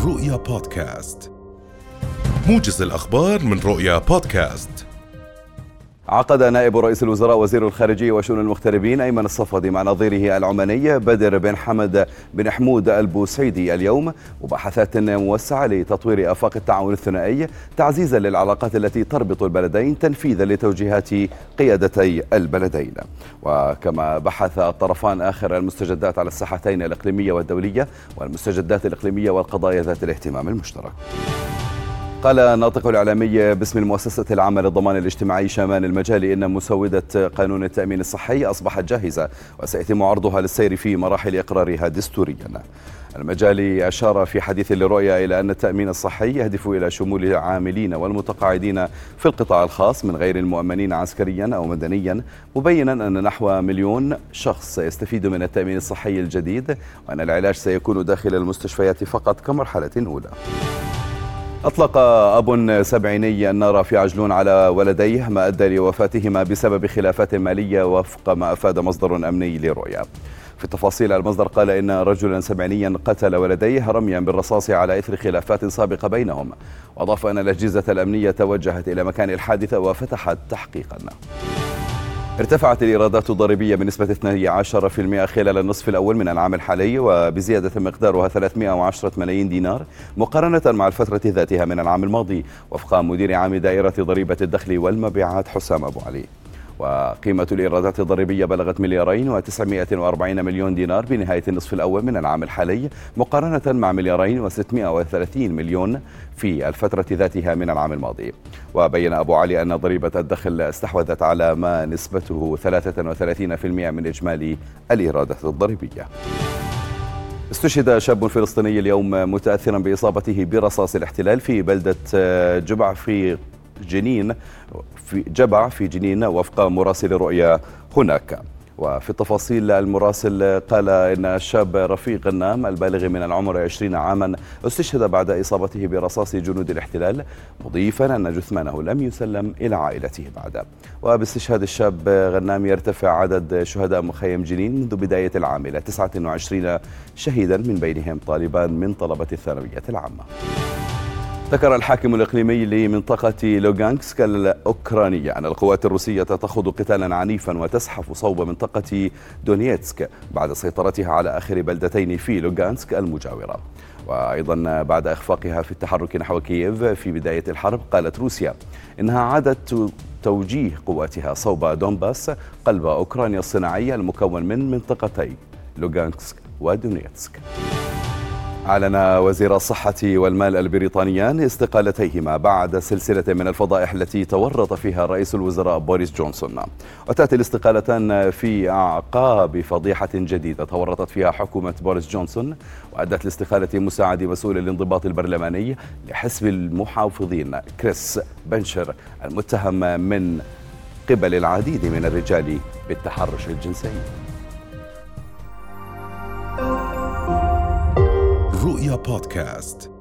رؤيا بودكاست، موجز الأخبار من رؤيا بودكاست. عقد نائب رئيس الوزراء وزير الخارجية وشؤون المغتربين أيمن الصفدي مع نظيره العماني بدر بن حمد بن حمود البوسعيدي اليوم مباحثات موسعة لتطوير آفاق التعاون الثنائي تعزيزا للعلاقات التي تربط البلدين تنفيذا لتوجيهات قيادتي البلدين. وكما بحث الطرفان آخر المستجدات على الساحتين الإقليمية والدولية والمستجدات الإقليمية والقضايا ذات الاهتمام المشترك. قال الناطق الإعلامي باسم المؤسسة العامة للضمان الاجتماعي شامان المجالي إن مسودة قانون التأمين الصحي أصبحت جاهزة وسيتم عرضها للسير في مراحل إقرارها دستوريا. المجالي أشار في حديث للرؤيا إلى أن التأمين الصحي يهدف إلى شمول العاملين والمتقاعدين في القطاع الخاص من غير المؤمنين عسكريا أو مدنيا، مبينا أن نحو 1,000,000 شخص سيستفيد من التأمين الصحي الجديد وأن العلاج سيكون داخل المستشفيات فقط كمرحلة أولى. أطلق أب سبعيني النار في عجلون على ولديه ما أدى لوفاتهما بسبب خلافات مالية وفق ما أفاد مصدر أمني لرؤيا. في التفاصيل المصدر قال إن رجلا سبعينيا قتل ولديه رميا بالرصاص على إثر خلافات سابقة بينهم، وأضاف أن الأجهزة الأمنية توجهت إلى مكان الحادثة وفتحت تحقيقا. ارتفعت الإيرادات الضريبية بنسبة 12% خلال النصف الأول من العام الحالي وبزيادة مقدارها 310 ملايين دينار مقارنة مع الفترة ذاتها من العام الماضي، وفق مدير عام دائرة ضريبة الدخل والمبيعات حسام أبو علي. وقيمة الإيرادات الضريبية بلغت 2,940 مليون دينار بنهاية النصف الأول من العام الحالي مقارنة مع 2,630 مليون في الفترة ذاتها من العام الماضي. وبين أبو علي أن ضريبة الدخل استحوذت على ما نسبته 33% من إجمالي الإيرادات الضريبية. استشهد شاب فلسطيني اليوم متأثرا بإصابته برصاص الاحتلال في بلدة جبع في جنين وفق مراسل رؤيا هناك. وفي التفاصيل المراسل قال إن الشاب رفيق النام البالغ من العمر 20 عاما استشهد بعد إصابته برصاص جنود الاحتلال، مضيفا أن جثمانه لم يسلم إلى عائلته بعد. وباستشهاد الشاب غنام يرتفع عدد شهداء مخيم جنين منذ بداية العام إلى 29 شهيدا، من بينهم طالبان من طلبة الثانوية العامة. ذكر الحاكم الإقليمي لمنطقة لوغانسك الأوكرانية أن القوات الروسية تخوض قتالا عنيفا وتزحف صوب منطقة دونيتسك بعد سيطرتها على آخر بلدتين في لوغانسك المجاورة. وأيضا بعد إخفاقها في التحرك نحو كييف في بداية الحرب، قالت روسيا إنها عادت توجيه قواتها صوب دونباس قلب أوكرانيا الصناعية المكون من منطقتي لوغانسك ودونيتسك. أعلن وزير الصحة والمال البريطانيان استقالتيهما بعد سلسلة من الفضائح التي تورط فيها رئيس الوزراء بوريس جونسون. وتأتي الاستقالتان في أعقاب فضيحة جديدة تورطت فيها حكومة بوريس جونسون وأدت لاستقالة مساعد مسؤول الانضباط البرلماني لحزب المحافظين كريس بنشر المتهم من قبل العديد من الرجال بالتحرش الجنسي. رؤيا بودكاست.